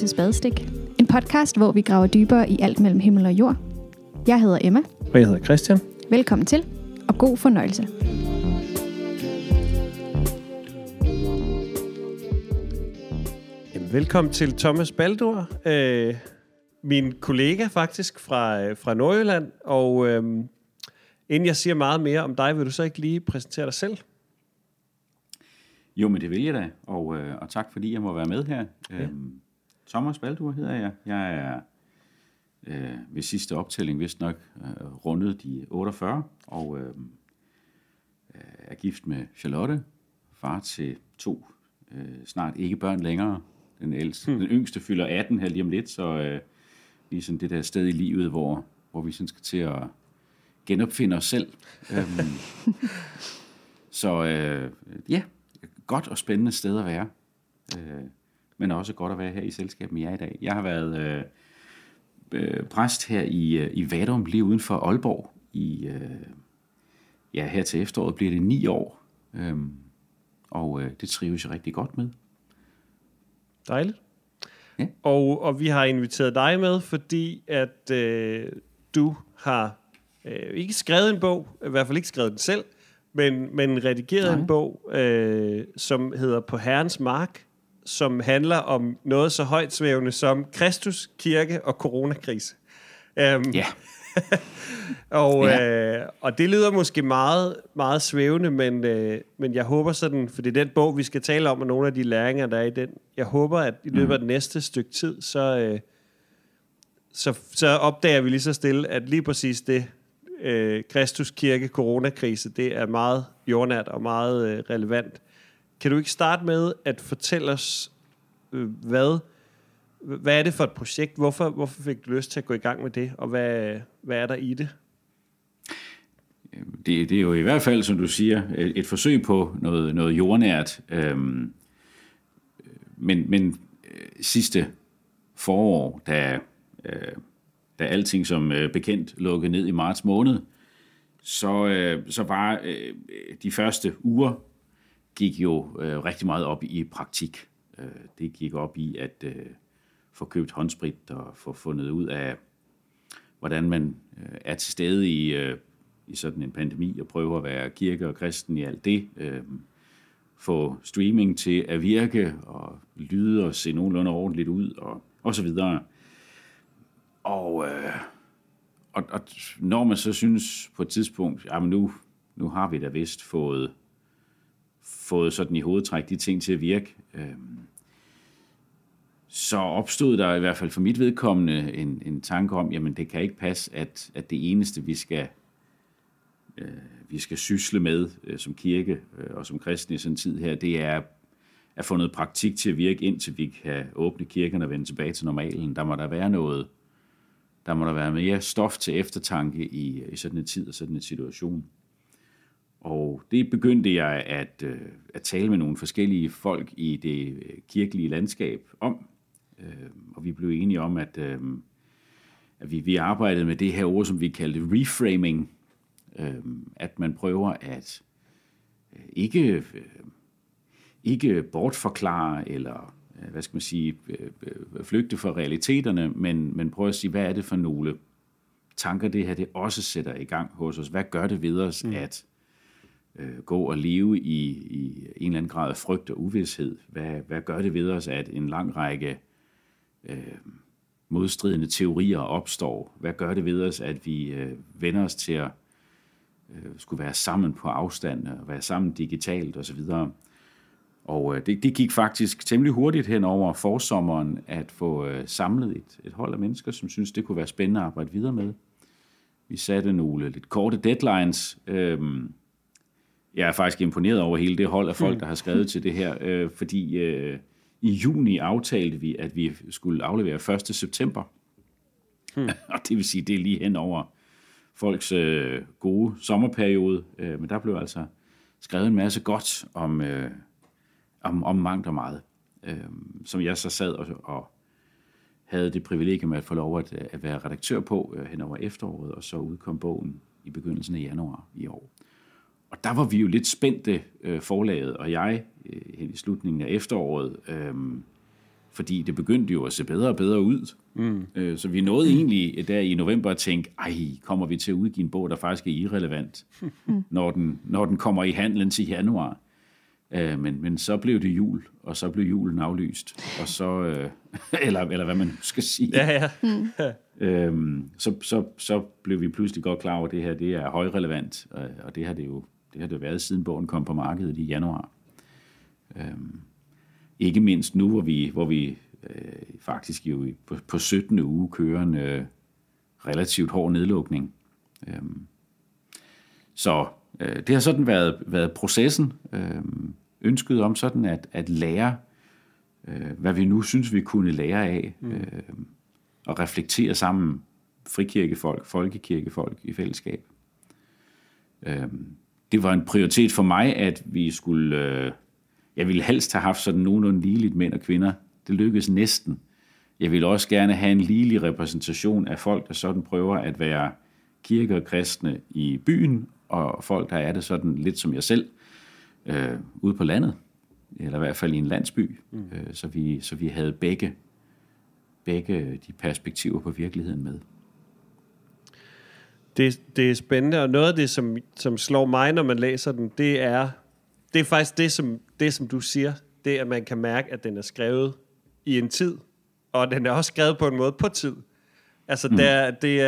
til Spadestik. En podcast, hvor vi graver dybere i alt mellem himmel og jord. Jeg hedder Emma. Og jeg hedder Christian. Velkommen til, og god fornøjelse. Jamen, velkommen til Thomas Baldur, min kollega faktisk fra Nordjylland. Og inden jeg siger meget mere om dig, vil du så ikke lige præsentere dig selv? Jo, men det vil jeg da, og tak fordi jeg må være med her. Ja. Thomas Baldur hedder jeg. Jeg er ved sidste optælling vist nok rundet de 48, og er gift med Charlotte, far til 2 snart ikke børn længere. Den yngste fylder 18 her lige om lidt, så lige sådan det der sted i livet, hvor vi sådan skal til at genopfinde os selv. Så ja, godt og spændende sted at være, men også godt at være her i selskab med jer i dag. Jeg har været præst her i Vadum, lige uden for Aalborg, her til efteråret bliver det 9 år, og det trives jeg rigtig godt med. Dejligt. Ja. Og vi har inviteret dig med, fordi at du har ikke skrevet en bog, i hvert fald ikke skrevet den selv, men redigeret en bog, som hedder På Herrens Mark, som handler om noget så højt svævende som Kristus, kirke og coronakrise. Ja. Og det lyder måske meget, meget svævende, men jeg håber sådan, for det er den bog, vi skal tale om, og nogle af de læringer, der er i den. Jeg håber, at i løbet af det næste stykke tid, så opdager vi lige så stille, at lige præcis det, Kristus, kirke, coronakrise, det er meget jordnært og meget relevant. Kan du ikke starte med at fortælle os, hvad er det for et projekt? Hvorfor fik du lyst til at gå i gang med det, og hvad er der i det? Det er jo i hvert fald, som du siger, et forsøg på noget jordnært. Men sidste forår, da alting som bekendt lukkede ned i marts måned, så var de første uger gik jo rigtig meget op i praktik. Det gik op i at få købt håndsprit og få fundet ud af, hvordan man er til stede i sådan en pandemi og prøve at være kirke og kristen i alt det. Få streaming til at virke og lyde og se nogenlunde ordentligt ud og så videre. Og når man så synes på et tidspunkt, jamen nu har vi da vist fået sådan i hovedtræk de ting til at virke, så opstod der i hvert fald for mit vedkommende en tanke om, jamen det kan ikke passe, at det eneste vi skal sysle med som kirke og som kristne i sådan en tid her, det er at få noget praktik til at virke, indtil vi kan åbne kirkerne og vende tilbage til normalen. Der må der være mere stof til eftertanke i sådan en tid og sådan en situation. Og det begyndte jeg at tale med nogle forskellige folk i det kirkelige landskab om. Og vi blev enige om, at vi arbejdede med det her ord, som vi kaldte reframing. At man prøver at ikke bortforklare eller flygte fra realiteterne, men prøve at sige, hvad er det for nogle tanker, det her det også sætter i gang hos os. Hvad gør det ved os at gå og leve i en eller anden grad af frygt og uvished? Hvad gør det ved os, at en lang række modstridende teorier opstår? Hvad gør det ved os, at vi vender os til at skulle være sammen på afstand og være sammen digitalt osv.? Og det gik faktisk temmelig hurtigt hen over forsommeren at få samlet et hold af mennesker, som synes det kunne være spændende at arbejde videre med. Vi satte nogle lidt korte deadlines. Jeg er faktisk imponeret over hele det hold af folk, der har skrevet til det her, fordi i juni aftalte vi, at vi skulle aflevere 1. september. Og det vil sige, det er lige hen over folks gode sommerperiode. Men der blev altså skrevet en masse godt om mangt og meget, som jeg så sad og havde det privilegium at få lov at være redaktør på hen over efteråret, og så udkom bogen i begyndelsen af januar i år. Og der var vi jo lidt spændte, forlaget og jeg, hen i slutningen af efteråret, fordi det begyndte jo at se bedre og bedre ud. Så vi nåede egentlig der i november at tænke, kommer vi til at udgive en bog, der faktisk er irrelevant, når den kommer i handlen til januar. Men så blev det jul, og så blev julen aflyst, og så, eller hvad man skal sige. Ja. Så blev vi pludselig godt klar over, at det her det er højrelevant, og det har det været, siden bogen kom på markedet i januar. Ikke mindst nu, hvor vi faktisk jo på 17. uge kører en relativt hård nedlukning. Så det har sådan været processen, ønsket om sådan at lære, hvad vi nu synes, vi kunne lære af, og reflektere sammen, frikirkefolk, folkekirkefolk i fællesskab. Det var en prioritet for mig, at vi skulle... Jeg ville helst have haft sådan nogenlunde ligeligt mænd og kvinder. Det lykkedes næsten. Jeg ville også gerne have en ligelig repræsentation af folk, der sådan prøver at være kirke og kristne i byen, og folk, der er det sådan lidt som jeg selv, ude på landet, eller i hvert fald i en landsby, så vi havde begge de perspektiver på virkeligheden med. Det er spændende, og noget af det, som slår mig, når man læser den, det er faktisk det, som du siger, det er, at man kan mærke, at den er skrevet i en tid, og den er også skrevet på en måde på tid. Altså, det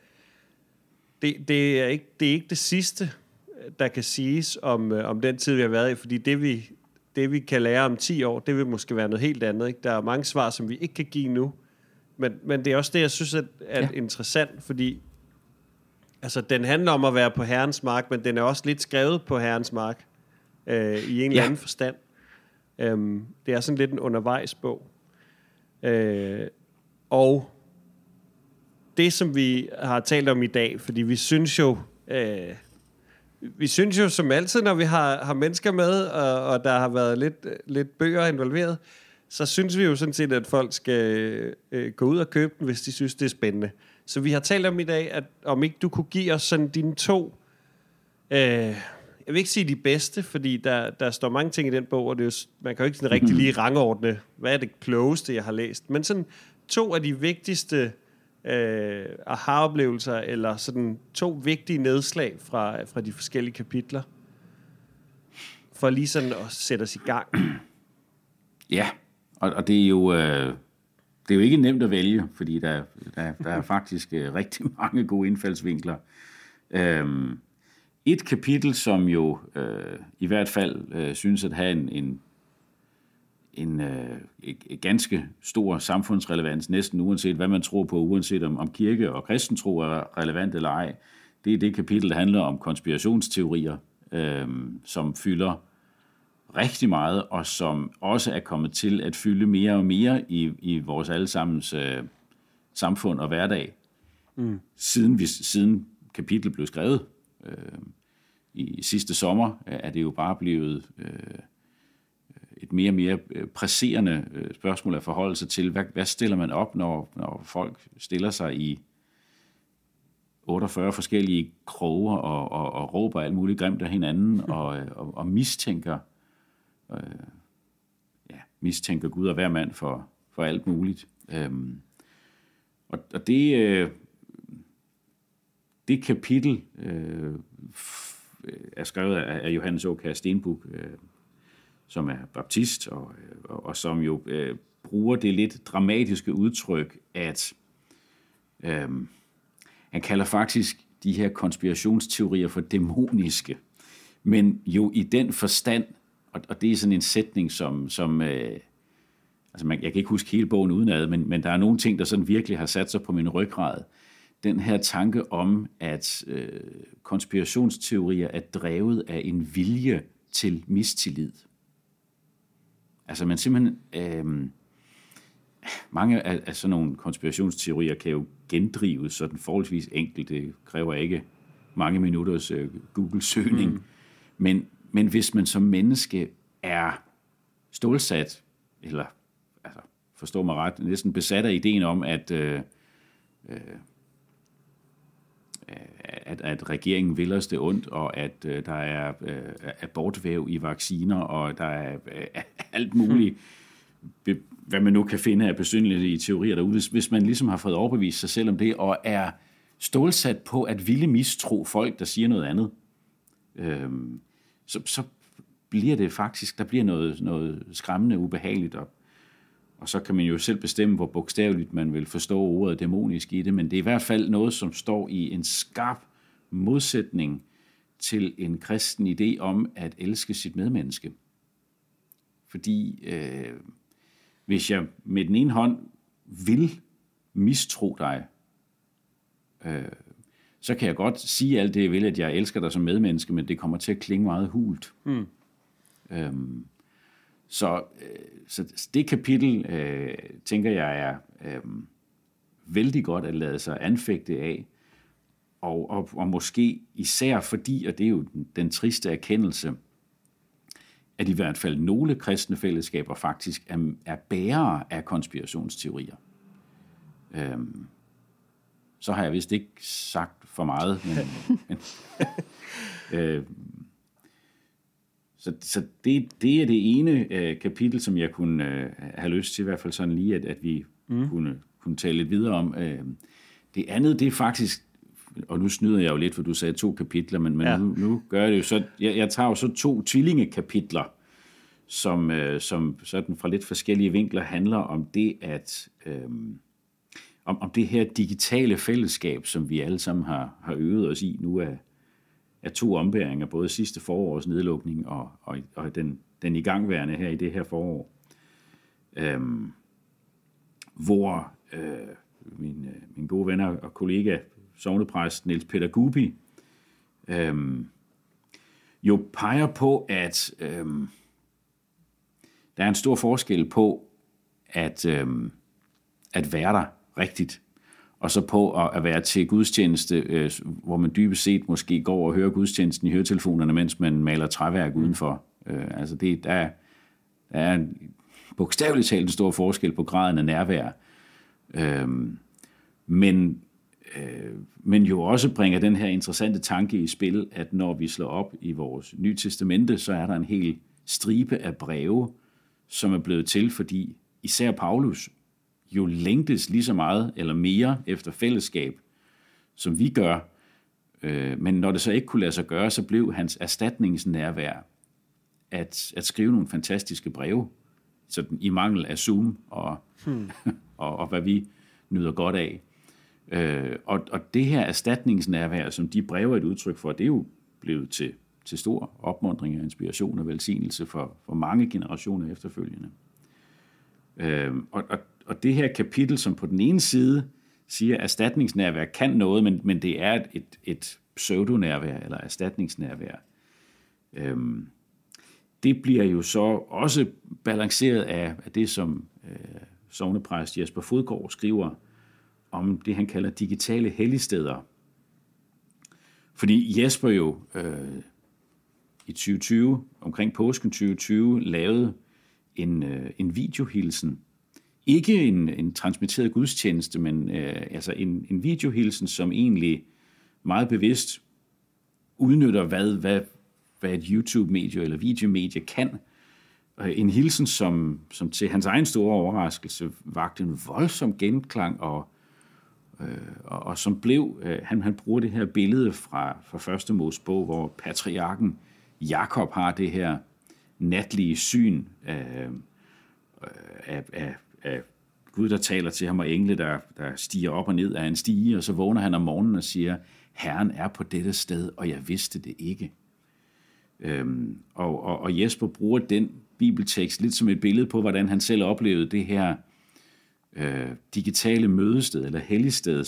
er ikke det sidste, der kan siges om den tid, vi har været i, fordi det vi kan lære om 10 år, det vil måske være noget helt andet. Ikke? Der er mange svar, som vi ikke kan give nu, men det er også det, jeg synes er interessant, fordi altså, den handler om at være på Herrens mark, men den er også lidt skrevet på Herrens mark, i en eller anden forstand. Det er sådan lidt en undervejsbog. Og det, som vi har talt om i dag, fordi vi synes jo, som altid, når vi har mennesker med, og der har været lidt bøger involveret, så synes vi jo sådan set, at folk skal gå ud og købe den, hvis de synes, det er spændende. Så vi har talt om i dag, at om ikke du kunne give os sådan dine 2, jeg vil ikke sige de bedste, fordi der står mange ting i den bog, og det er jo, man kan jo ikke sådan rigtig lige rangordne, hvad er det klogeste, jeg har læst. Men sådan 2 af de vigtigste aha-oplevelser, eller sådan 2 vigtige nedslag fra de forskellige kapitler, for lige sådan at sætte os i gang. Ja, og det er jo ikke nemt at vælge, fordi der er faktisk rigtig mange gode indfaldsvinkler. Et kapitel, som jo i hvert fald synes at have en ganske stor samfundsrelevans, næsten uanset hvad man tror på, uanset om kirke og kristentro er relevant eller ej, det er det kapitel, der handler om konspirationsteorier, som fylder rigtig meget, og som også er kommet til at fylde mere og mere i vores allesammens samfund og hverdag, siden kapitlet blev skrevet. I sidste sommer er det jo bare blevet et mere og mere presserende spørgsmål at forholde sig til. Hvad stiller man op, når folk stiller sig i 48 forskellige kroger og råber alt muligt grimt af hinanden og mistænker Gud og hver mand for alt muligt. Og det kapitel er skrevet af Johannes Aakjær Stenbuk, som er baptist, og som jo bruger det lidt dramatiske udtryk, at han kalder faktisk de her konspirationsteorier for dæmoniske, men jo i den forstand, og det er sådan en sætning, som altså jeg kan ikke huske hele bogen udenad, men der er nogle ting, der sådan virkelig har sat sig på min ryggrad. Den her tanke om, at konspirationsteorier er drevet af en vilje til mistillid. Altså man simpelthen... mange af sådan nogle konspirationsteorier kan jo gendrives sådan forholdsvis enkelt. Det kræver ikke mange minutters Google-søgning. Men hvis man som menneske er stålsat, eller altså, forstår mig ret, næsten besat af ideen om, at regeringen vil os det ondt, og at der er abortvæv i vacciner, og der er alt muligt hvad man nu kan finde af besynderlige teorier derude, hvis man ligesom har fået overbevist sig selv om det, og er stålsat på at ville mistro folk, der siger noget andet, så bliver det faktisk, der bliver noget skræmmende, ubehageligt, og så kan man jo selv bestemme, hvor bogstaveligt man vil forstå ordet dæmonisk i det, men det er i hvert fald noget, som står i en skarp modsætning til en kristen idé om at elske sit medmenneske. Fordi hvis jeg med den ene hånd vil mistro dig, så kan jeg godt sige alt det, jeg vil, at jeg elsker dig som medmenneske, men det kommer til at klinge meget hult. Så det kapitel, tænker jeg, er vældig godt at lade sig anfægte af, og måske især fordi, og det er jo den triste erkendelse, at i hvert fald nogle kristne fællesskaber faktisk er bærere af konspirationsteorier. Så har jeg vist ikke sagt for meget, så det er det ene kapitel, som jeg kunne have lyst til, i hvert fald sådan lige, at vi kunne tale lidt videre om. Det andet, det er faktisk, og nu snyder jeg jo lidt, for du sagde 2 kapitler, men nu gør jeg det jo så, jeg tager jo så 2 tvillingekapitler, som sådan fra lidt forskellige vinkler handler om det, at om det her digitale fællesskab, som vi alle sammen har øvet os i nu af 2 ombæringer, både sidste forårs nedlukning og den igangværende her i det her forår, hvor min gode venner og kollega, sognepræst Niels Peter Gubi, jo peger på, at der er en stor forskel på at være der rigtigt, og så på at være til gudstjeneste, hvor man dybest set måske går og hører gudstjenesten i høretelefonerne, mens man maler træværk udenfor. Altså der er bogstaveligt talt en stor forskel på graden af nærvær. Men jo også bringer den her interessante tanke i spil, at når vi slår op i vores Nye Testamente, så er der en hel stribe af breve, som er blevet til, fordi især Paulus jo længtes lige så meget eller mere efter fællesskab, som vi gør. Men når det så ikke kunne lade sig gøre, så blev hans erstatningsnærvær at skrive nogle fantastiske breve, sådan i mangel af Zoom og hvad vi nyder godt af. Og det her erstatningsnærvær, som de breve er et udtryk for, det er jo blevet til stor opmuntring og inspiration og velsignelse for mange generationer efterfølgende. Og det her kapitel, som på den ene side siger, at erstatningsnærvær kan noget, men det er et pseudonærvær eller erstatningsnærvær. Det bliver jo så også balanceret af det, som sognepræst Jesper Fodgaard skriver om det, han kalder digitale helligsteder. Fordi Jesper jo i 2020, omkring påsken 2020, lavede en videohilsen. Ikke en transmitteret gudstjeneste, men altså en videohilsen, som egentlig meget bevidst udnytter, hvad et YouTube-medie eller videomedie kan. En hilsen, som til hans egen store overraskelse vagte en voldsom genklang, og som blev, han bruger det her billede fra 1. Mosebog, hvor patriarken Jakob har det her natlige syn af Gud, der taler til ham, og engle, der stiger op og ned af en stige, og så vågner han om morgenen og siger, Herren er på dette sted, og jeg vidste det ikke. Og Jesper bruger den bibeltekst lidt som et billede på, hvordan han selv oplevede det her digitale mødested, eller helligsted,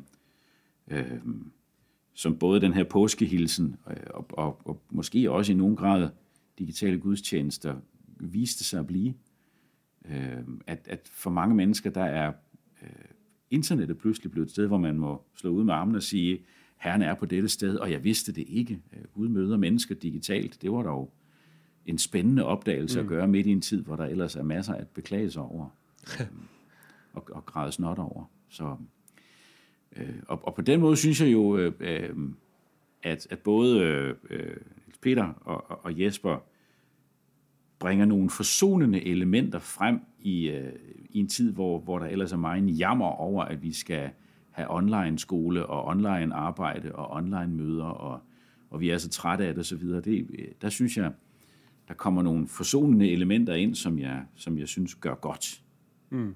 som både den her påskehilsen, og måske også i nogen grad digitale gudstjenester, viste sig at blive. At for mange mennesker, der er internettet pludselig blevet et sted, hvor man må slå ud med armen og sige, Herren er på dette sted, og jeg vidste det ikke. Gud møder mennesker digitalt. Det var dog en spændende opdagelse at gøre midt i en tid, hvor der ellers er masser at beklage sig over og græde snot over. Så, og på den måde synes jeg jo, at både Peter og Jesper bringer nogle forsonende elementer frem i en tid, hvor der ellers er meget jammer over, at vi skal have online skole og online arbejde og online møder, og vi er så trætte af det og så videre. Der synes jeg, der kommer nogle forsonende elementer ind, som jeg synes gør godt. Mm.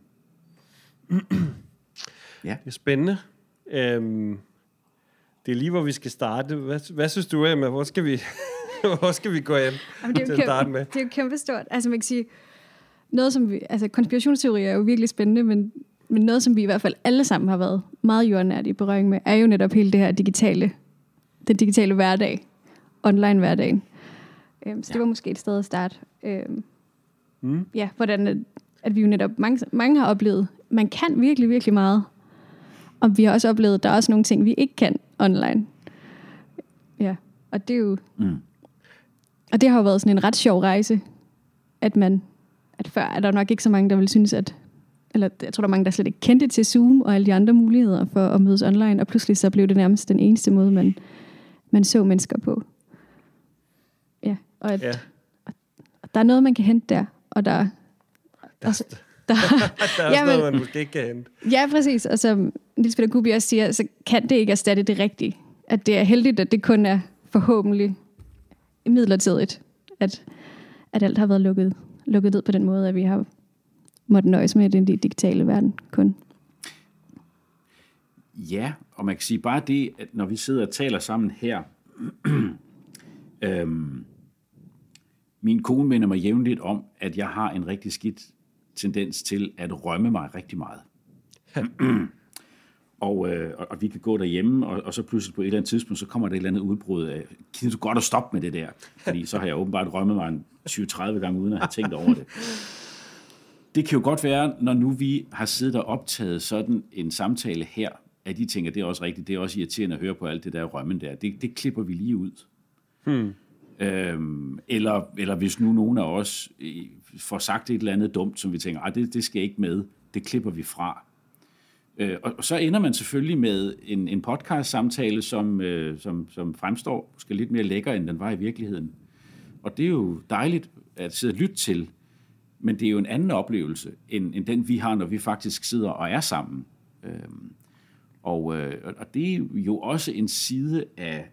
Ja. Det er spændende. Det er lige, hvor vi skal starte. Hvad synes du, Emma? Hvor skal vi gå hen til at starte med? Det er jo kæmpestort. Altså man kan sige, noget som konspirationsteorier er jo virkelig spændende, men noget, som vi i hvert fald alle sammen har været meget jordnært i berøring med, er jo netop hele det her den digitale hverdag, online hverdagen. Så det var måske et sted at starte. Ja, hvordan at vi jo netop, mange har oplevet, man kan virkelig, virkelig meget. Og vi har også oplevet, at der er også nogle ting, vi ikke kan online. Ja, og det er jo... Og det har jo været sådan en ret sjov rejse, at før er der nok ikke så mange, der vil synes, eller jeg tror, der er mange, der slet ikke kendte til Zoom og alle de andre muligheder for at mødes online, og pludselig så blev det nærmest den eneste måde, man så mennesker på. Ja, og der er noget, man kan hente der, og der er også noget, man måske ikke kan hente. Ja, præcis. Og som Niels Peter Kubi også siger, så kan det ikke erstatte det rigtige. At det er heldigt, at det kun er forhåbentlig midlertidigt, at alt har været lukket ned på den måde, at vi har måttet nøjes med den digitale verden kun. Ja, og man kan sige bare det, at når vi sidder og taler sammen her, min kone minder mig jævnligt om, at jeg har en rigtig skidt tendens til at rømme mig rigtig meget. Og vi kan gå derhjemme, og så pludselig på et eller andet tidspunkt, så kommer der et eller andet udbrud af, kan du godt at stoppe med det der? Fordi så har jeg åbenbart rømmet mig 20-30 gange, uden at have tænkt over det. Det kan jo godt være, når nu vi har siddet og optaget sådan en samtale her, at de tænker, det er også rigtigt, det er også irriterende at høre på alt det der rømmen der. Det klipper vi lige ud. Eller hvis nu nogen af os får sagt et eller andet dumt, som vi tænker, det skal ikke med, det klipper vi fra. Og så ender man selvfølgelig med en podcast-samtale, som fremstår måske lidt mere lækker, end den var i virkeligheden. Og det er jo dejligt at sidde og lytte til, men det er jo en anden oplevelse, end den vi har, når vi faktisk sidder og er sammen. Og det er jo også en side af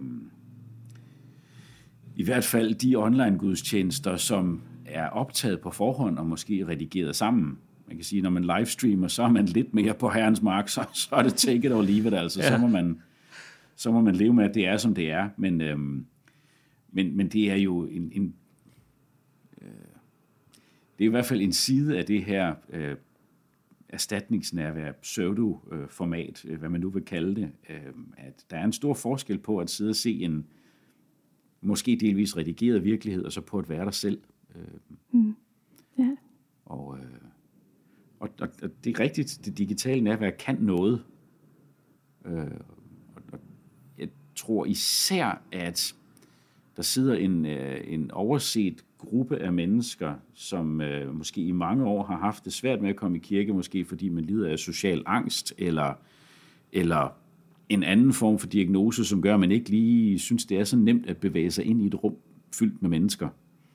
i hvert fald de online-gudstjenester, som er optaget på forhånd og måske redigeret sammen. Man kan sige, når man livestreamer, så er man lidt mere på herrens mark, så er det take it or leave it, altså. Ja. Så må man leve med, at det er, som det er. Men det er jo det er i hvert fald en side af det her erstatningsnærvær, pseudo-format, hvad man nu vil kalde det, at der er en stor forskel på at sidde og se en måske delvis redigeret virkelighed, og så på at være der selv. Ja. Og det er rigtigt, det digitale nærvær kan noget. Og jeg tror især, at der sidder en overset gruppe af mennesker, som måske i mange år har haft det svært med at komme i kirke, måske fordi man lider af social angst, eller en anden form for diagnose, som gør, at man ikke lige synes, det er så nemt at bevæge sig ind i et rum fyldt med mennesker.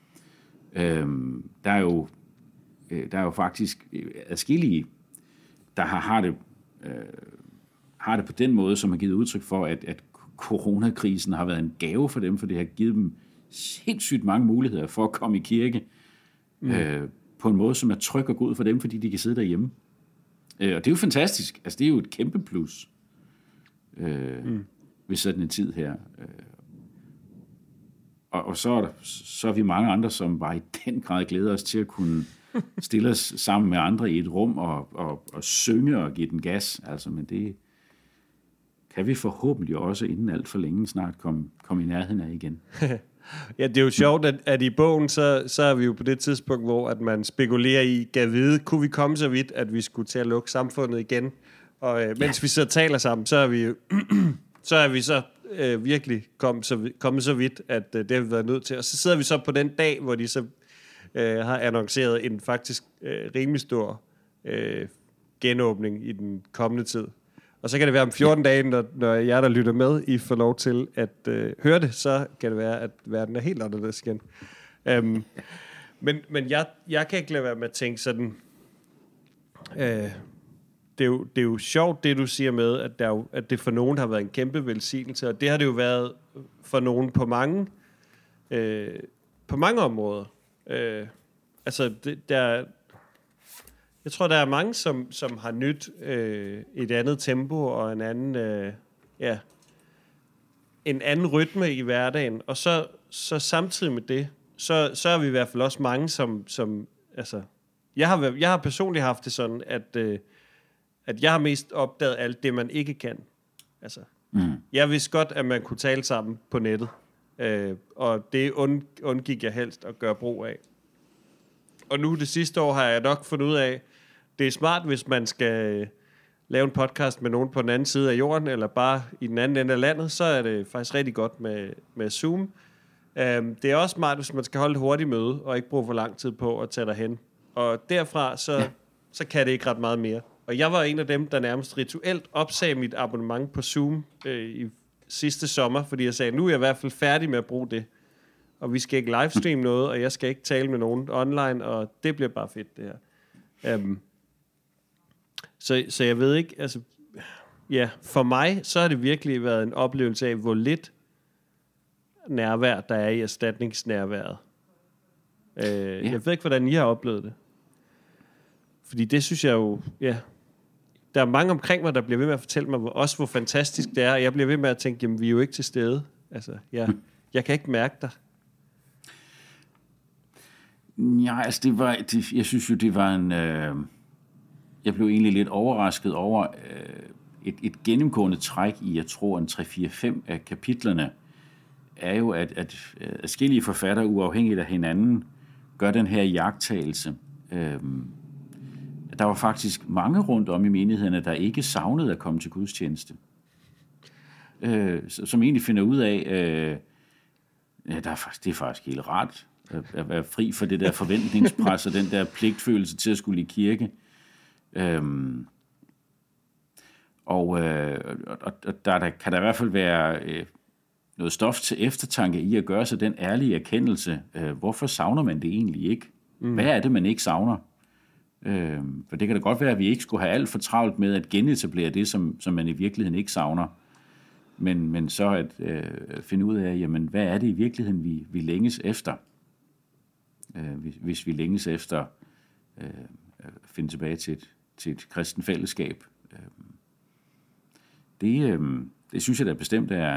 Der er jo faktisk adskillige, der har det på den måde, som har givet udtryk for, at coronakrisen har været en gave for dem, for det har givet dem sindssygt mange muligheder for at komme i kirke på en måde, som er tryg og god for dem, fordi de kan sidde derhjemme. Og det er jo fantastisk. Altså, det er jo et kæmpe plus ved sådan en tid her. Og så er vi mange andre, som bare i den grad glæder os til at kunne stille os sammen med andre i et rum og synge og give den gas. Altså, men det kan vi forhåbentlig også inden alt for længe snart komme i nærheden af igen. Ja, det er jo sjovt, at i bogen, så er vi jo på det tidspunkt, hvor at man spekulerer i, kan vide, kunne vi komme så vidt, at vi skulle til at lukke samfundet igen? Og mens vi så taler sammen, så er vi så virkelig kommet så vidt, at det har vi været nødt til. Og så sidder vi så på den dag, hvor de så har annonceret en faktisk rimelig stor genåbning i den kommende tid. Og så kan det være om 14 dage, når jer, der lytter med, I får lov til at høre det, så kan det være, at verden er helt anderledes igen. Men jeg kan ikke lade være med at tænke sådan... Det er jo sjovt, det du siger med, at det for nogen har været en kæmpe velsignelse, og det har det jo været for nogen på mange områder. Jeg tror, der er mange, som har nyt et andet tempo og en anden rytme i hverdagen, og så samtidig med det, så er vi i hvert fald også mange, som jeg har personligt haft det sådan, at jeg har mest opdaget alt det, man ikke kan. Jeg vidste godt, at man kunne tale sammen på nettet, og det undgik jeg helst at gøre brug af. Og nu det sidste år har jeg nok fundet ud af, det er smart, hvis man skal lave en podcast med nogen på den anden side af jorden, eller bare i den anden ende af landet, så er det faktisk rigtig godt med Zoom. Det er også smart, hvis man skal holde et hurtigt møde, og ikke bruge for lang tid på at tage derhen. Og derfra, så kan det ikke ret meget mere. Og jeg var en af dem, der nærmest rituelt opsagde mit abonnement på Zoom i sidste sommer, fordi jeg sagde, nu er jeg i hvert fald færdig med at bruge det. Og vi skal ikke livestream noget, og jeg skal ikke tale med nogen online, og det bliver bare fedt, det her. Så jeg ved ikke, for mig, så har det virkelig været en oplevelse af, hvor lidt nærvær, der er i erstatningsnærværet. Jeg ved ikke, hvordan I har oplevet det. Fordi det synes jeg jo, der er mange omkring mig, der bliver ved med at fortælle mig også, hvor fantastisk det er, og jeg bliver ved med at tænke, jamen vi er jo ikke til stede. Jeg kan ikke mærke dig. Ja, jeg synes jo, det var en... jeg blev egentlig lidt overrasket over et gennemgående træk i, jeg tror, en 3-4-5 af kapitlerne, er jo, at forskellige forfattere, uafhængigt af hinanden, gør den her iagttagelse. Der var faktisk mange rundt om i menighederne, der ikke savnede at komme til gudstjeneste. Som egentlig finder ud af, det er faktisk helt rart at være fri for det der forventningspres og den der pligtfølelse til at skulle i kirke. Der kan der i hvert fald være noget stof til eftertanke i at gøre sig den ærlige erkendelse. Hvorfor savner man det egentlig ikke? Hvad er det, man ikke savner? For det kan da godt være, at vi ikke skulle have alt for travlt med at genetablere det, som man i virkeligheden ikke savner. Men så at finde ud af, jamen, hvad er det i virkeligheden, vi længes efter? Hvis vi længes efter at finde tilbage til et kristen fællesskab. Det synes jeg da bestemt er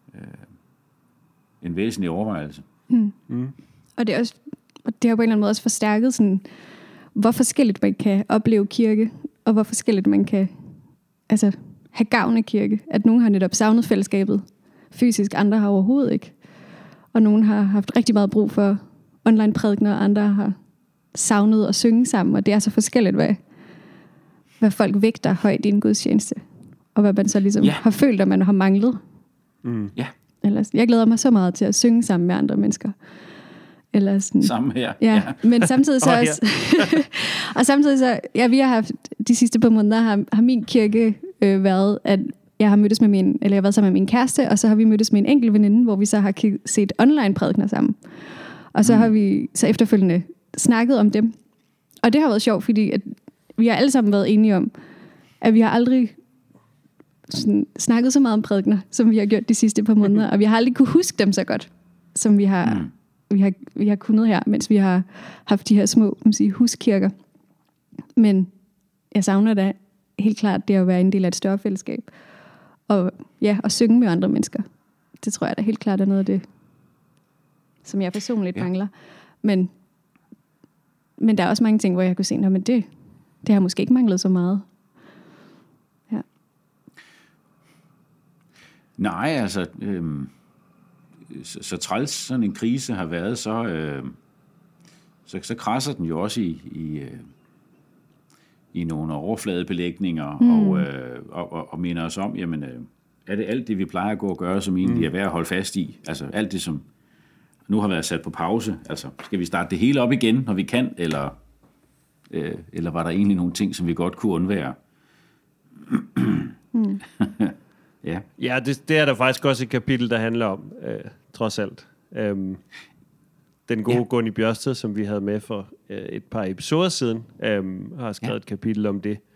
en væsentlig overvejelse. Og det har på en eller anden måde også forstærket sådan, hvor forskelligt man kan opleve kirke, og hvor forskelligt man kan have gavn af kirke. At nogen har netop savnet fællesskabet fysisk, andre har overhovedet ikke. Og nogen har haft rigtig meget brug for online prædikener, og andre har savnet at synge sammen. Og det er så forskelligt, hvad folk vægter højt i en gudstjeneste. Og hvad man så ligesom har følt, at man har manglet. Jeg glæder mig så meget til at synge sammen med andre mennesker. Eller sådan. Sammen her. Ja. Men samtidig så også... og samtidig så... Ja, vi har haft... De sidste par måneder har min kirke været, at jeg har mødtes med jeg har været sammen med min kæreste, og så har vi mødtes med en enkelt veninde, hvor vi så har set online prædikener sammen. Og så har vi så efterfølgende snakket om dem. Og det har været sjovt, fordi at vi har alle sammen været enige om, at vi har aldrig sådan snakket så meget om prædikener, som vi har gjort de sidste par måneder, og vi har aldrig kunne huske dem så godt, som vi har kunnet her, mens vi har haft de her små huskirker. Men jeg savner da helt klart det at være en del af et større fællesskab. Og at synge med andre mennesker. Det tror jeg da helt klart er noget af det, som jeg personligt mangler. Men der er også mange ting, hvor jeg kunne se, men det har måske ikke manglet så meget. Ja. Nej, altså... Så træls sådan en krise har været, så krasser den jo også i nogle overfladebelægninger og minder os om, jamen, er det alt det, vi plejer at gå og gøre, som egentlig er værd at holde fast i? Altså alt det, som nu har været sat på pause. Altså, skal vi starte det hele op igen, når vi kan, eller var der egentlig nogle ting, som vi godt kunne undvære? Ja, det er der faktisk også et kapitel, der handler om, trods alt. den gode Gunni Bjørsted, som vi havde med for et par episoder siden, har skrevet et kapitel om det.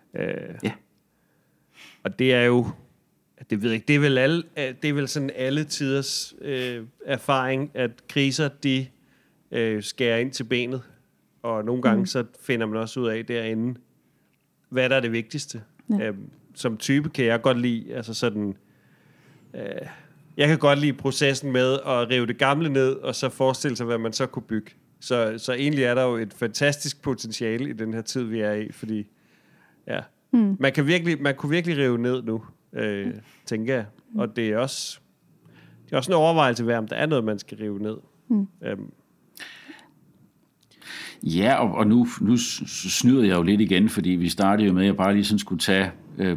Og det er jo, det ved jeg ikke, det er vel sådan alle tiders erfaring, at kriser, de skærer ind til benet, og nogle gange så finder man også ud af derinde, hvad der er det vigtigste. Ja. Som type kan jeg godt lide, altså sådan, jeg kan godt lide processen med at rive det gamle ned, og så forestille sig, hvad man så kunne bygge. Så egentlig er der jo et fantastisk potentiale i den her tid, vi er i, fordi man kunne virkelig rive ned nu, tænker jeg. Og det er også en overvejelse værd, om der er noget, man skal rive ned. Ja, og nu snyder jeg jo lidt igen, fordi vi startede jo med, at jeg bare lige sådan skulle tage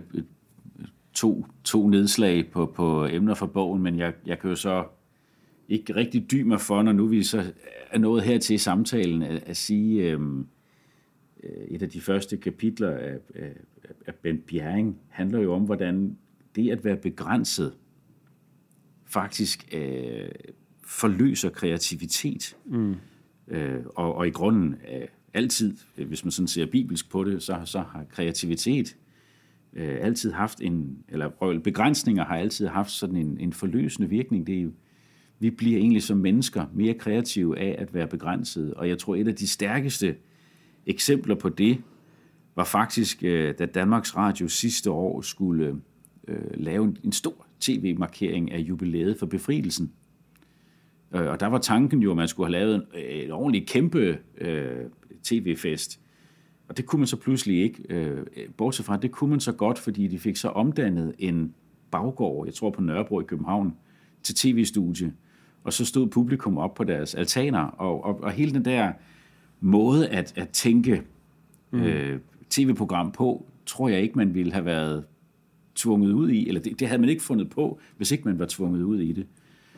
to nedslag på emner fra bogen, men jeg kan jo så ikke rigtig dybe mig for, når nu vi så er nået her til samtalen, at sige, et af de første kapitler af Bent Bjerring handler jo om, hvordan det at være begrænset faktisk forløser kreativitet. Og i grunden altid, hvis man sådan ser bibelsk på det, så har kreativitet altid haft begrænsninger har altid haft sådan en forløsende virkning. Det er jo, vi bliver egentlig som mennesker mere kreative af at være begrænset, og jeg tror, et af de stærkeste eksempler på det var faktisk, da Danmarks Radio sidste år skulle lave en stor tv-markering af jubilæet for befrielsen. Og der var tanken jo, at man skulle have lavet en ordentlig kæmpe tv-fest. Og det kunne man så pludselig ikke. Bortset fra, det kunne man så godt, fordi de fik så omdannet en baggård, jeg tror på Nørrebro i København, til tv-studie. Og så stod publikum op på deres altaner. Og hele den der måde at tænke tv-program på, tror jeg ikke, man ville have været tvunget ud i. Eller det havde man ikke fundet på, hvis ikke man var tvunget ud i det.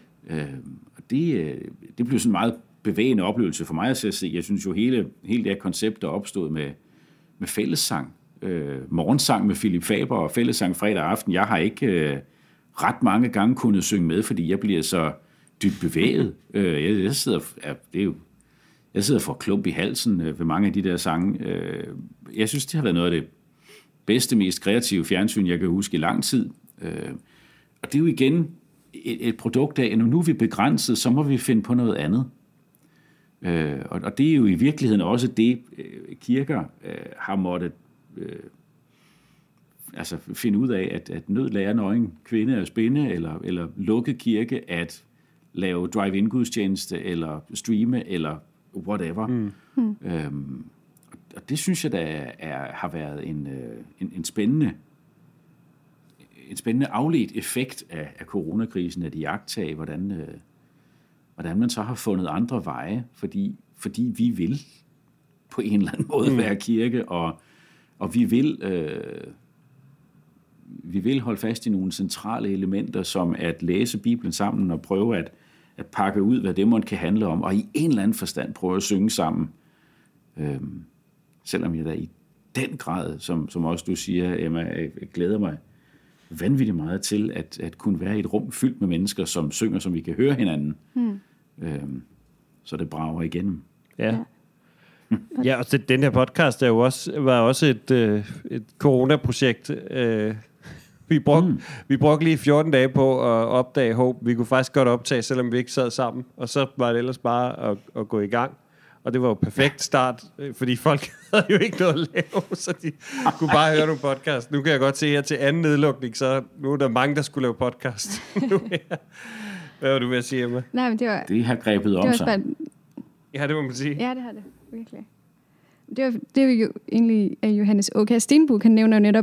Det blev sådan en meget bevægende oplevelse for mig at se. Jeg synes jo, hele det her koncept, der opstod med fællessang, morgensang med Philip Faber og fællessang fredag aften, jeg har ikke ret mange gange kunnet synge med, fordi jeg bliver så dybt bevæget. Jeg sidder for klump i halsen ved mange af de der sange. Jeg synes, det har været noget af det bedste, mest kreative fjernsyn, jeg kan huske i lang tid. Og det er jo igen et produkt af, at nu er vi begrænset, så må vi finde på noget andet. Og det er jo i virkeligheden også det, kirker har måttet finde ud af, at nød lærer nøgen kvinde at spinde, eller lukke kirke at lave drive-in-gudstjeneste, eller streame, eller whatever. Og det synes jeg, der har været en spændende afledt effekt af coronakrisen, at iagttage, hvordan man så har fundet andre veje, fordi vi vil på en eller anden måde være kirke, og vi vil holde fast i nogle centrale elementer, som at læse Bibelen sammen og prøve at pakke ud, hvad det måtte kan handle om, og i en eller anden forstand prøve at synge sammen. Selvom jeg da i den grad, som også du siger, Emma, jeg glæder mig vanvittigt meget til at kunne være i et rum fyldt med mennesker, som synger, som vi kan høre hinanden. Så det brager igennem. Ja. Ja, og den her podcast er jo var også et coronaprojekt. Vi brugte lige 14 dage på at opdage håb. Vi kunne faktisk godt optage, selvom vi ikke sad sammen. Og så var det ellers bare at gå i gang. Og det var jo perfekt start, fordi folk havde jo ikke noget at lave, så de kunne bare høre nogle podcast. Nu kan jeg godt se her til anden nedlukning, så nu er der mange, der skulle lave podcast. Hvad var du ved at sige, Emma? Nej, men det har grebet om sig. Ja, det må man sige. Ja, det har det. Virkelig. Det er jo egentlig af Johannes Åkær Stenbuk, han nævner jo netop,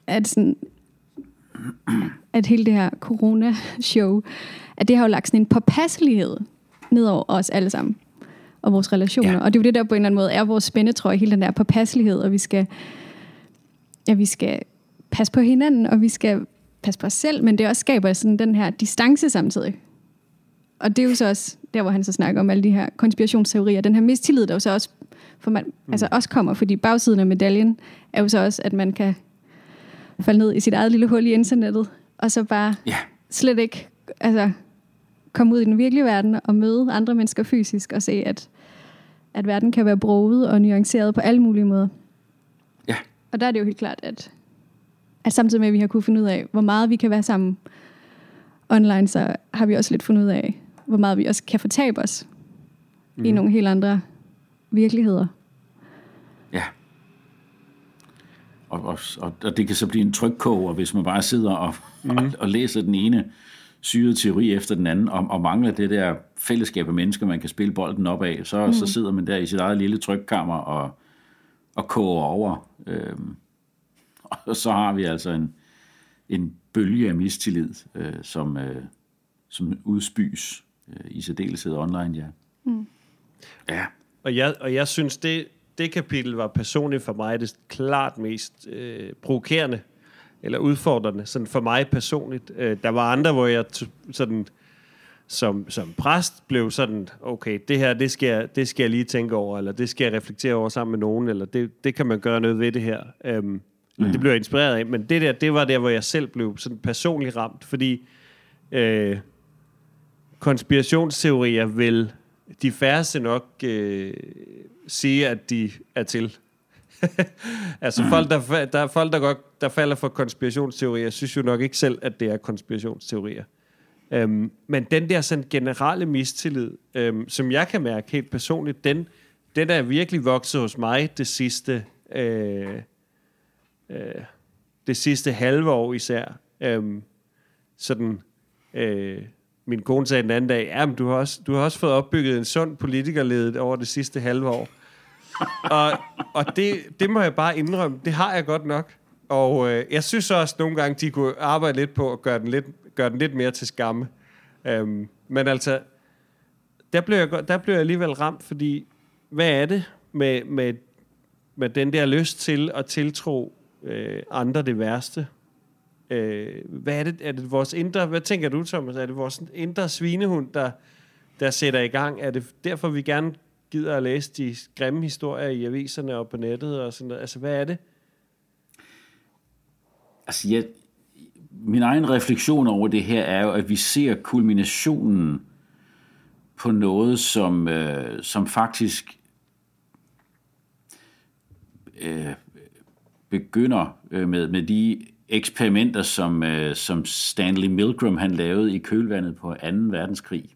at hele det her corona-show, at det har jo lagt sådan en påpasselighed ned over os alle sammen og vores relationer. Ja. Og det er jo det, der på en eller anden måde er vores spændetrøje, hele den der påpasselighed, og vi skal passe på hinanden, og vi skal passe på os selv, men det også skaber sådan den her distance samtidig. Og det er jo så også der, hvor han så snakker om alle de her konspirationsteorier, den her mistillid, der jo så også, også kommer, fordi bagsiden af medaljen er jo så også, at man kan falde ned i sit eget lille hul i internettet, og så bare slet ikke komme ud i den virkelige verden og møde andre mennesker fysisk og se, at verden kan være broget og nuanceret på alle mulige måder. Ja. Og der er det jo helt klart, at samtidig med, at vi har kunne finde ud af, hvor meget vi kan være sammen online, så har vi også lidt fundet ud af, hvor meget vi også kan fortabe os i nogle helt andre virkeligheder. Ja. Og det kan så blive en trykkoger, hvis man bare sidder og læser den ene syrede teori efter den anden, og mangler det der fællesskab af mennesker, man kan spille bolden op af, så sidder man der i sit eget lille trykkammer og koger over. Og så har vi altså en bølge af mistillid, som udspys i særdeleshed online, ja. Ja. Og jeg synes, det kapitel var personligt for mig det klart mest provokerende, eller udfordrende, sådan for mig personligt. Der var andre, hvor jeg sådan, som præst blev sådan, okay, det her, det skal jeg lige tænke over, eller det skal jeg reflektere over sammen med nogen, eller det kan man gøre noget ved det her. Det blev jeg inspireret af, men det var der, hvor jeg selv blev sådan personligt ramt, fordi konspirationsteorier vil de færreste nok sige, at de er til. Altså folk, der falder for konspirationsteorier, synes jo nok ikke selv, at det er konspirationsteorier. Men den der sådan generelle mistillid, som jeg kan mærke helt personligt, den er virkelig vokset hos mig det sidste halve år især. Min kone sagde den anden dag, ja, men du har også fået opbygget en sund politikerled over det sidste halve år. og det må jeg bare indrømme, det har jeg godt nok. Og jeg synes også nogle gange, de kunne arbejde lidt på at gøre den lidt mere til skamme. Men altså, der blev jeg alligevel ramt, fordi hvad er det med den der lyst til at tiltro andre det værste? Hvad er det? Er det vores indre? Hvad tænker du, Thomas? Er det vores indre svinehund, der sætter i gang? Er det derfor, vi gerne gider at læse de grimme historier i aviserne og på nettet og sådan noget? Altså, hvad er det? Altså, min egen refleksion over det her er jo, at vi ser kulminationen på noget, som faktisk begynder med de eksperimenter, som Stanley Milgram han lavede i kølvandet på 2. verdenskrig.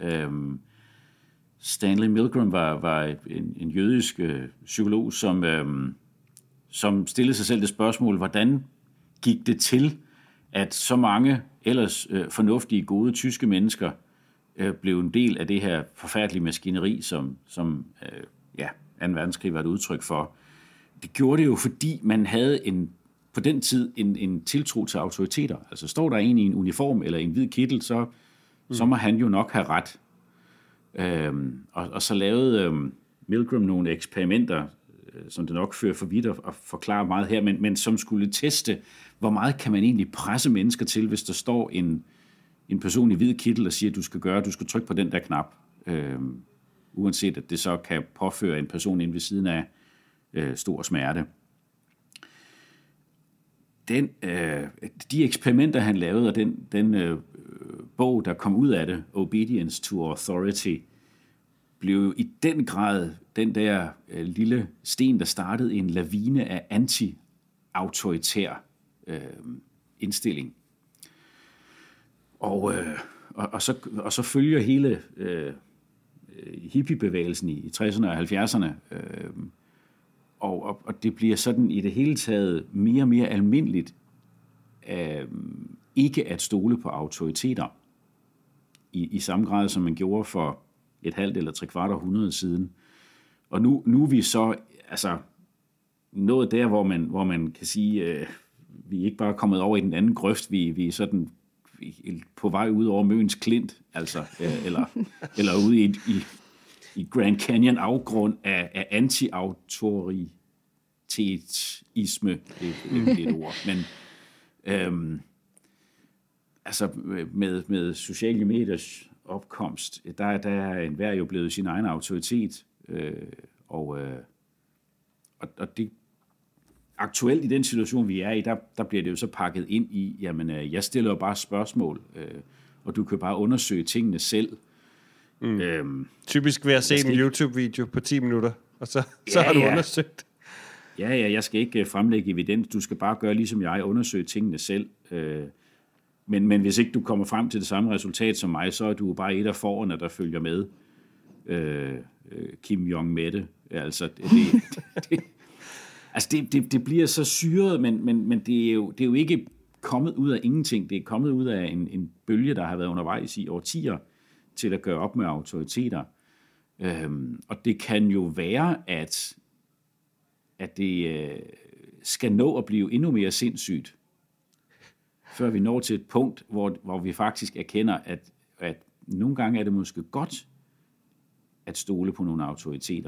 Stanley Milgram var en jødisk psykolog, som stillede sig selv det spørgsmål, hvordan gik det til, at så mange ellers fornuftige, gode tyske mennesker blev en del af det her forfærdelige maskineri, som 2. verdenskrig var et udtryk for. Det gjorde det jo, fordi man havde på den tid en tiltro til autoriteter. Altså står der en i en uniform eller en hvid kittel, så må han jo nok have ret. Og så lavede Milgram nogle eksperimenter, som det nok fører for vidt at forklare meget her, men som skulle teste, hvor meget kan man egentlig presse mennesker til, hvis der står en person i hvid kittel og siger, at du skal trykke på den der knap, uanset at det så kan påføre en person inde ved siden af stor smerte. De eksperimenter, han lavede, og den bog, der kom ud af det, Obedience to Authority, blev i den grad den der lille sten, der startede en lavine af anti-autoritær indstilling. Og så følger hele hippiebevægelsen i 60'erne og 70'erne, og det bliver sådan i det hele taget mere og mere almindeligt ikke at stole på autoriteter i samme grad, som man gjorde for et halvt eller 3/4 århundrede siden. Og nu er vi så altså nået der, hvor man kan sige, vi er ikke bare kommet over i den anden grøft, vi er sådan på vej ud over Møns Klint, altså, eller ude i Grand Canyon afgrund af anti-autoritetisme, det er et ord. Men altså med sociale mediers opkomst, der er enhver jo blevet sin egen autoritet, og det aktuelt i den situation, vi er i, der bliver det jo så pakket ind i, jamen, jeg stiller jo bare spørgsmål, og du kan bare undersøge tingene selv. Typisk ved at se en YouTube-video på 10 minutter, og så har du undersøgt. Ja, jeg skal ikke fremlægge evidens. Du skal bare gøre ligesom jeg, undersøge tingene selv. Men hvis ikke du kommer frem til det samme resultat som mig, så er du bare et af forerne, der følger med. Kim Jong-Mette. Altså, det bliver så syret, men det er jo ikke kommet ud af ingenting. Det er kommet ud af en bølge, der har været undervejs i årtier til at gøre op med autoriteter. Og det kan jo være, at det skal nå at blive endnu mere sindssygt, før vi når til et punkt, hvor vi faktisk erkender, at nogle gange er det måske godt at stole på nogle autoriteter.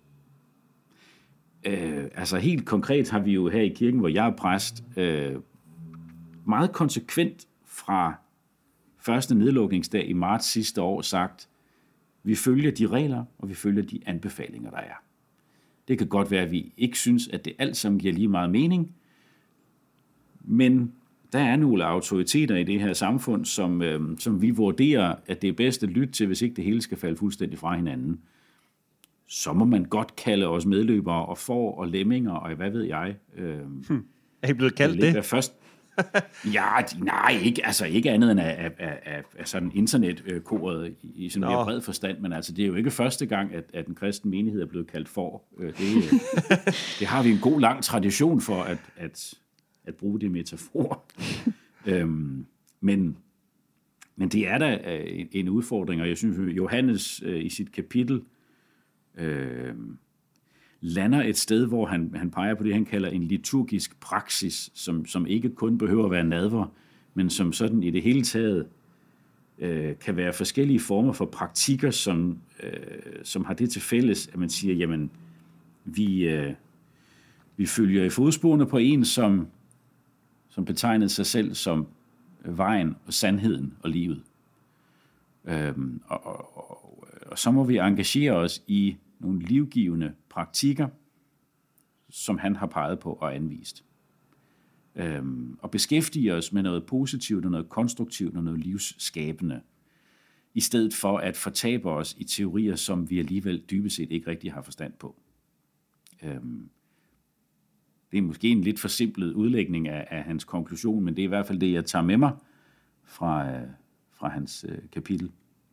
Altså helt konkret har vi jo her i kirken, hvor jeg er præst, meget konsekvent fra første nedlukningsdag i marts sidste år sagt, vi følger de regler, og vi følger de anbefalinger, der er. Det kan godt være, at vi ikke synes, at det alt sammen giver lige meget mening, men der er nogle autoriteter i det her samfund, som vi vurderer, at det er bedst at lytte til, hvis ikke det hele skal falde fuldstændig fra hinanden. Så må man godt kalde os medløbere og får og lemminger og hvad ved jeg. Er I blevet kaldt det? Først. Nej, ikke andet end af sådan internetkoret i sådan en bred forstand, men altså det er jo ikke første gang, at den kristne menighed er blevet kaldt for. Det har vi en god lang tradition for at bruge det metafor. Men det er da en udfordring, og jeg synes, at Johannes i sit kapitel lander et sted, hvor han peger på det, han kalder en liturgisk praksis, som ikke kun behøver at være nadver, men som sådan i det hele taget kan være forskellige former for praktikker, som har det til fælles, at man siger, jamen, vi følger i fodsporene på en, som betegnede sig selv som vejen og sandheden og livet. Og så må vi engagere os i nogle livgivende praktikker, som han har peget på og anvist. Og beskæftige os med noget positivt og noget konstruktivt og noget livsskabende, i stedet for at fortabe os i teorier, som vi alligevel dybest set ikke rigtig har forstand på. Det er måske en lidt forsimplet udlægning af hans konklusion, men det er i hvert fald det, jeg tager med mig fra hans kapitel.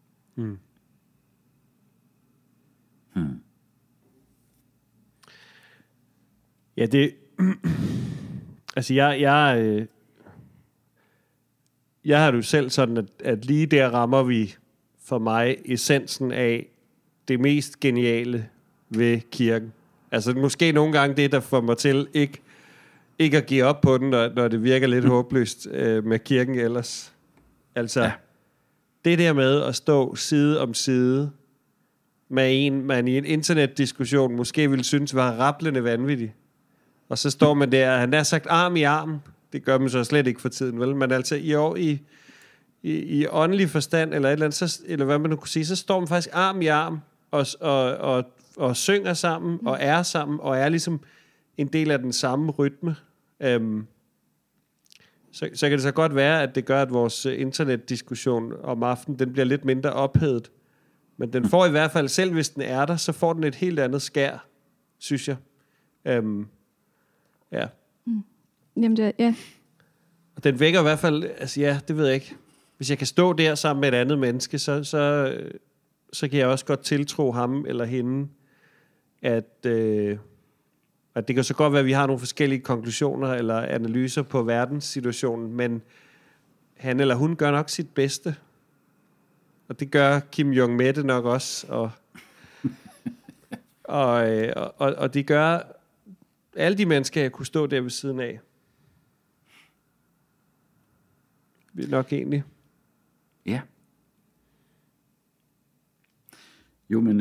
Ja, det... altså, jeg har jo selv sådan, at lige der rammer vi for mig essensen af det mest geniale ved kirken. Altså, måske nogle gange det, der får mig til ikke at give op på den, når det virker lidt håbløst med kirken ellers. Altså, det der med at stå side om side med en, man i en internetdiskussion måske ville synes var rablende vanvittig. Og så står man der, han har sagt arm i arm. Det gør man så slet ikke for tiden, vel? Men altså i åndelig forstand, eller et eller andet, eller hvad man nu kunne sige, så står man faktisk arm i arm, og synger sammen, og er sammen, og er ligesom en del af den samme rytme. Så kan det så godt være, at det gør, at vores internetdiskussion om aftenen, den bliver lidt mindre ophedet. Men den får i hvert fald, selv hvis den er der, så får den et helt andet skær, synes jeg. Ja. Jamen det, ja. Og den vækker i hvert fald, altså ja, det ved jeg ikke. Hvis jeg kan stå der sammen med et andet menneske, så kan jeg også godt tiltro ham eller hende, at det kan så godt være, at vi har nogle forskellige konklusioner eller analyser på verdenssituationen, men han eller hun gør nok sit bedste. Og det gør Kim Jong-Mette nok også. Og det gør alle de mennesker, jeg kunne stå der ved siden af. Vi er nok egentlig. Ja. Jo, men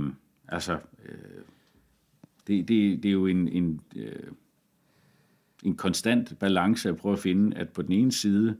det er jo en konstant balance at prøve at finde, at på den ene side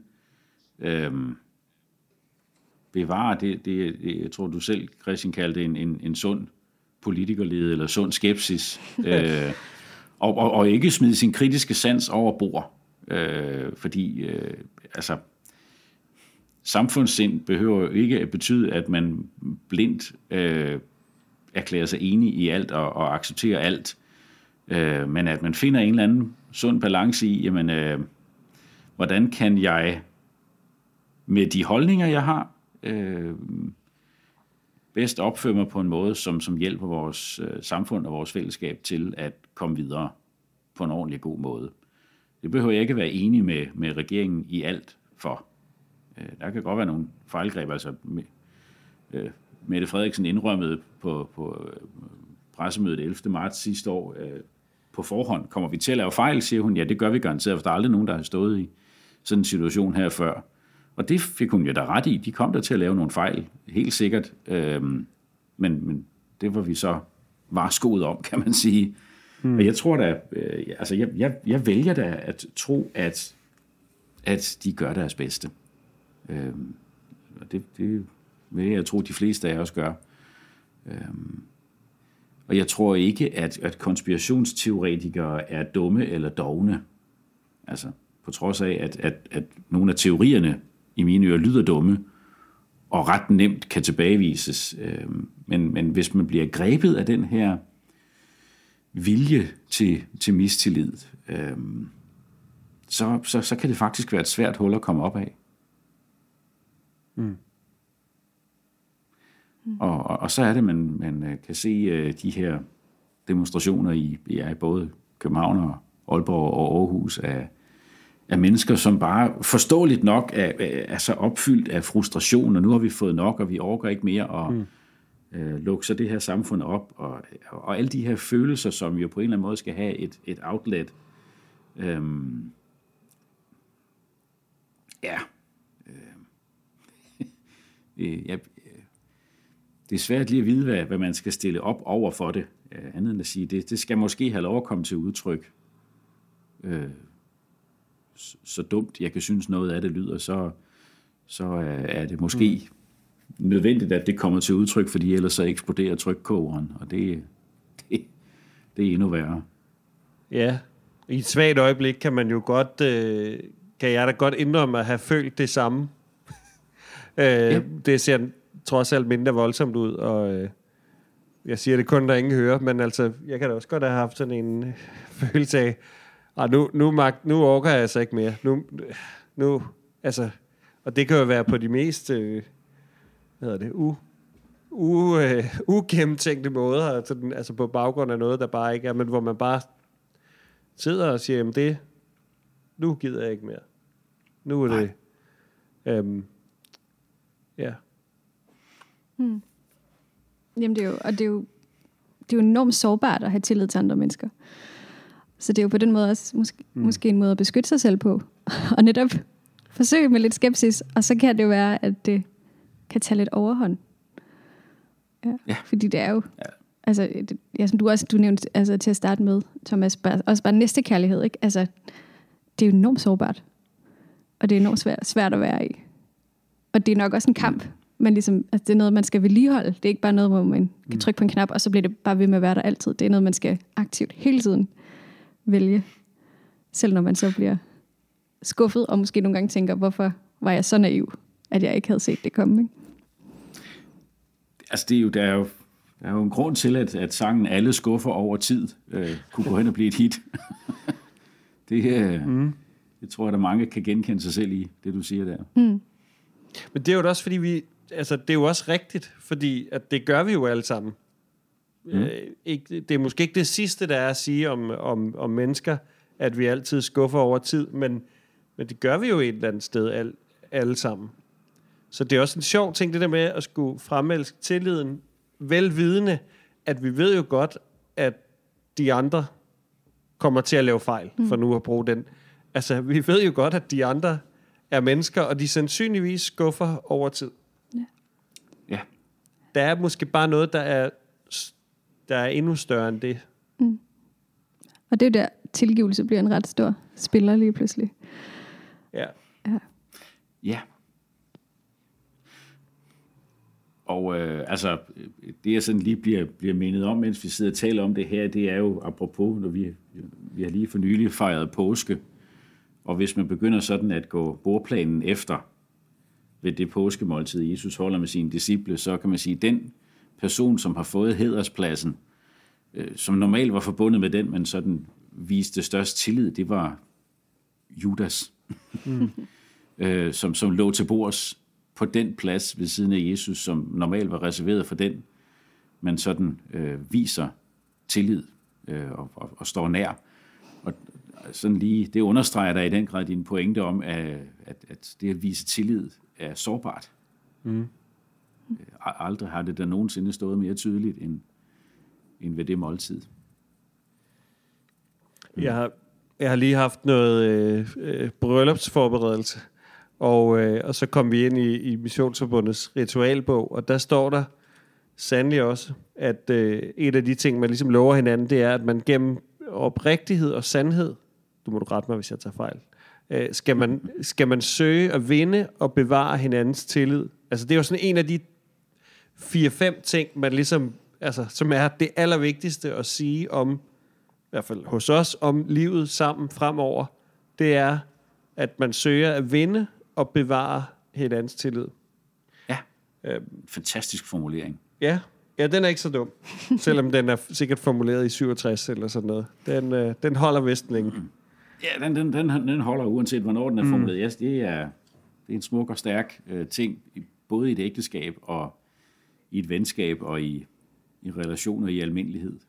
bevare det, jeg tror du selv, Christian, kaldte en sund politikerlede eller sund skepsis, og ikke smide sin kritiske sans over bord, fordi samfundssind behøver jo ikke at betyde, at man blindt erklærer sig enig i alt og accepterer alt, men at man finder en eller anden sund balance i, jamen, hvordan kan jeg med de holdninger, jeg har, bedst opføre mig på en måde, som hjælper vores samfund og vores fællesskab til at komme videre på en ordentlig god måde. Det behøver jeg ikke være enig med regeringen i alt for. Der kan godt være nogle fejlgreb. Altså, Mette Frederiksen indrømmede på pressemødet 11. marts sidste år på forhånd. Kommer vi til at lave fejl, siger hun. Ja, det gør vi garanteret, for der er aldrig nogen, der har stået i sådan en situation her før. Og det fik hun jo da ret i. De kom der til at lave nogle fejl, helt sikkert. Men det var vi så varskoet om, kan man sige. Og jeg tror da, altså jeg vælger da at tro, at de gør deres bedste. Og det vil jeg tro, de fleste af jer også gør. Og jeg tror ikke, at konspirationsteoretikere er dumme eller dovne. Altså, på trods af, at nogle af teorierne i mine ører lyder dumme, og ret nemt kan tilbagevises. Men hvis man bliver grebet af den her vilje til mistillid, så kan det faktisk være et svært hul at komme op af. Og så er det, man kan se de her demonstrationer i både København og Aalborg og Aarhus af mennesker, som bare forståeligt nok er så opfyldt af frustration, og nu har vi fået nok, og vi orker ikke mere, og lukke så det her samfund op, og alle de her følelser, som jo på en eller anden måde skal have et outlet. Det er svært lige at vide, hvad man skal stille op over for det, andet end at sige, det skal måske have lov at komme til udtryk. Så dumt jeg kan synes noget af det lyder, så er det måske nødvendigt, at det kommer til udtryk, fordi ellers så eksploderer trykkogeren, og det er endnu værre. Ja, i et svagt øjeblik kan man jo godt, kan jeg da godt indrømme at have følt det samme. Det ser trods alt mindre voldsomt ud, og jeg siger det kun, der ingen hører, men altså, jeg kan da også godt have haft sådan en følelse af, nu orker jeg altså ikke mere. Nu, altså, og det kan jo være på de mest, ugennemtænkte måder, altså på baggrund af noget, der bare ikke er, men hvor man bare sidder og siger, jamen nu gider jeg ikke mere. Nu er det, ja. Jamen det er jo enormt sårbart at have tillid til andre mennesker. Så det er jo på den måde også måske en måde at beskytte sig selv på. Og netop forsøge med lidt skepsis, og så kan det jo være, at det kan tage lidt overhånd. Ja. Fordi det er jo, altså, som du nævnte altså, til at starte med, Thomas, også bare næstekærlighed, ikke? Altså, det er jo enormt sårbart. Og det er enormt svært at være i. Og det er nok også en kamp. Men ligesom, altså, det er noget, man skal vedligeholde. Det er ikke bare noget, hvor man kan trykke på en knap, og så bliver det bare ved med at være der altid. Det er noget, man skal aktivt hele tiden vælge. Selv når man så bliver skuffet, og måske nogle gange tænker, hvorfor var jeg så naiv, at jeg ikke havde set det komme, ikke? Altså, der er jo en grund til, at sangen Alle skuffer over tid kunne gå hen og blive et hit. Det tror jeg, der mange kan genkende sig selv i, det du siger der. Men det er jo også, fordi det er jo også rigtigt, fordi at det gør vi jo alle sammen. Det er måske ikke det sidste, der er at sige om mennesker, at vi altid skuffer over tid, men det gør vi jo et eller andet sted alle sammen. Så det er også en sjov ting, det der med at skulle fremelske tilliden, velvidende, at vi ved jo godt, at de andre kommer til at lave fejl, for nu at bruge den. Altså, vi ved jo godt, at de andre er mennesker, og de sandsynligvis skuffer over tid. Ja. Der er måske bare noget, der er endnu større end det. Og det er der, tilgivelse bliver en ret stor spiller lige pludselig. Ja. Og altså, det jeg sådan lige bliver mindet om, mens vi sidder og taler om det her, det er jo apropos, når vi har lige for nylig fejret påske, og hvis man begynder sådan at gå bordplanen efter, ved det påskemåltid, Jesus holder med sine disciple, så kan man sige, den person, som har fået hæderspladsen, som normalt var forbundet med den, men sådan viste størst tillid, det var Judas, som lå til bords på den plads ved siden af Jesus, som normalt var reserveret for den, men sådan viser tillid og står nær. Og sådan lige, det understreger der i den grad din pointe om, at det at vise tillid er sårbart. Aldrig har det da nogensinde stået mere tydeligt end ved det måltid. Jeg har lige haft noget bryllupsforberedelse, og så kom vi ind i Missionsforbundets ritualbog, og der står der sandelig også, at et af de ting, man ligesom lover hinanden, det er, at man gennem oprigtighed og sandhed, du må rette mig, hvis jeg tager fejl, skal man søge at vinde og bevare hinandens tillid. Altså det er jo sådan en af de 4-5 ting, man ligesom, altså, som er det allervigtigste at sige om, i hvert fald hos os, om livet sammen fremover, det er, at man søger at vinde og bevare hinandens tillid. Ja, fantastisk formulering. Ja, den er ikke så dum, selvom den er sikkert formuleret i 67 eller sådan noget. Den holder vist længe. Ja, den holder uanset hvornår den er formuleret. Yes, det er en smuk og stærk ting, både i et ægteskab og i et venskab og i relationer i almindelighed.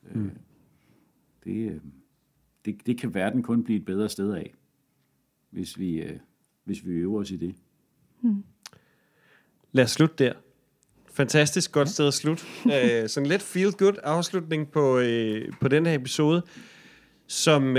Det kan verden kun blive et bedre sted af, hvis vi øver os i det. Lad os slutte der. Fantastisk godt sted at slutte. Sådan lidt feel-good afslutning på den her episode, som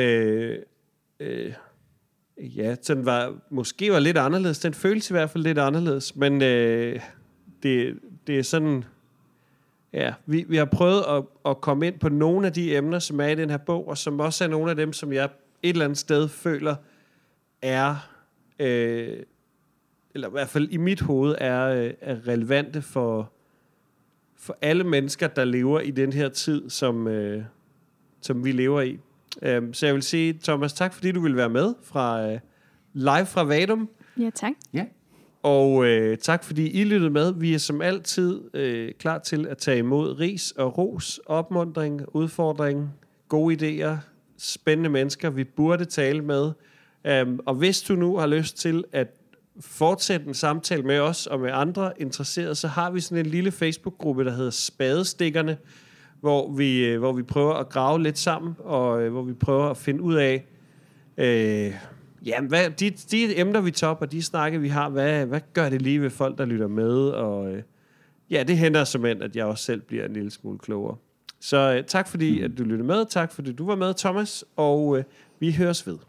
den måske var lidt anderledes. Den føles i hvert fald lidt anderledes, men det er sådan, ja, vi har prøvet at komme ind på nogle af de emner, som er i den her bog, og som også er nogle af dem, som jeg et eller andet sted føler er, eller i hvert fald i mit hoved er relevante for alle mennesker, der lever i den her tid, som vi lever i. Så jeg vil sige, Thomas, tak fordi du ville være med live fra Vadum. Ja, tak. Ja. Og tak fordi I lyttede med. Vi er som altid klar til at tage imod ris og ros, opmuntring, udfordring, gode idéer, spændende mennesker, vi burde tale med. Og hvis du nu har lyst til at fortsætte en samtale med os og med andre interesserede, så har vi sådan en lille Facebook-gruppe, der hedder Spadestikkerne, hvor vi prøver at grave lidt sammen, og hvor vi prøver at finde ud af, hvad de emner, vi tager op, og de snakke, vi har, hvad gør det lige ved folk, der lytter med, og det hænder simpelthen, at jeg også selv bliver en lille smule klogere. Så tak fordi, at du lyttede med, tak fordi du var med, Thomas, og vi høres ved.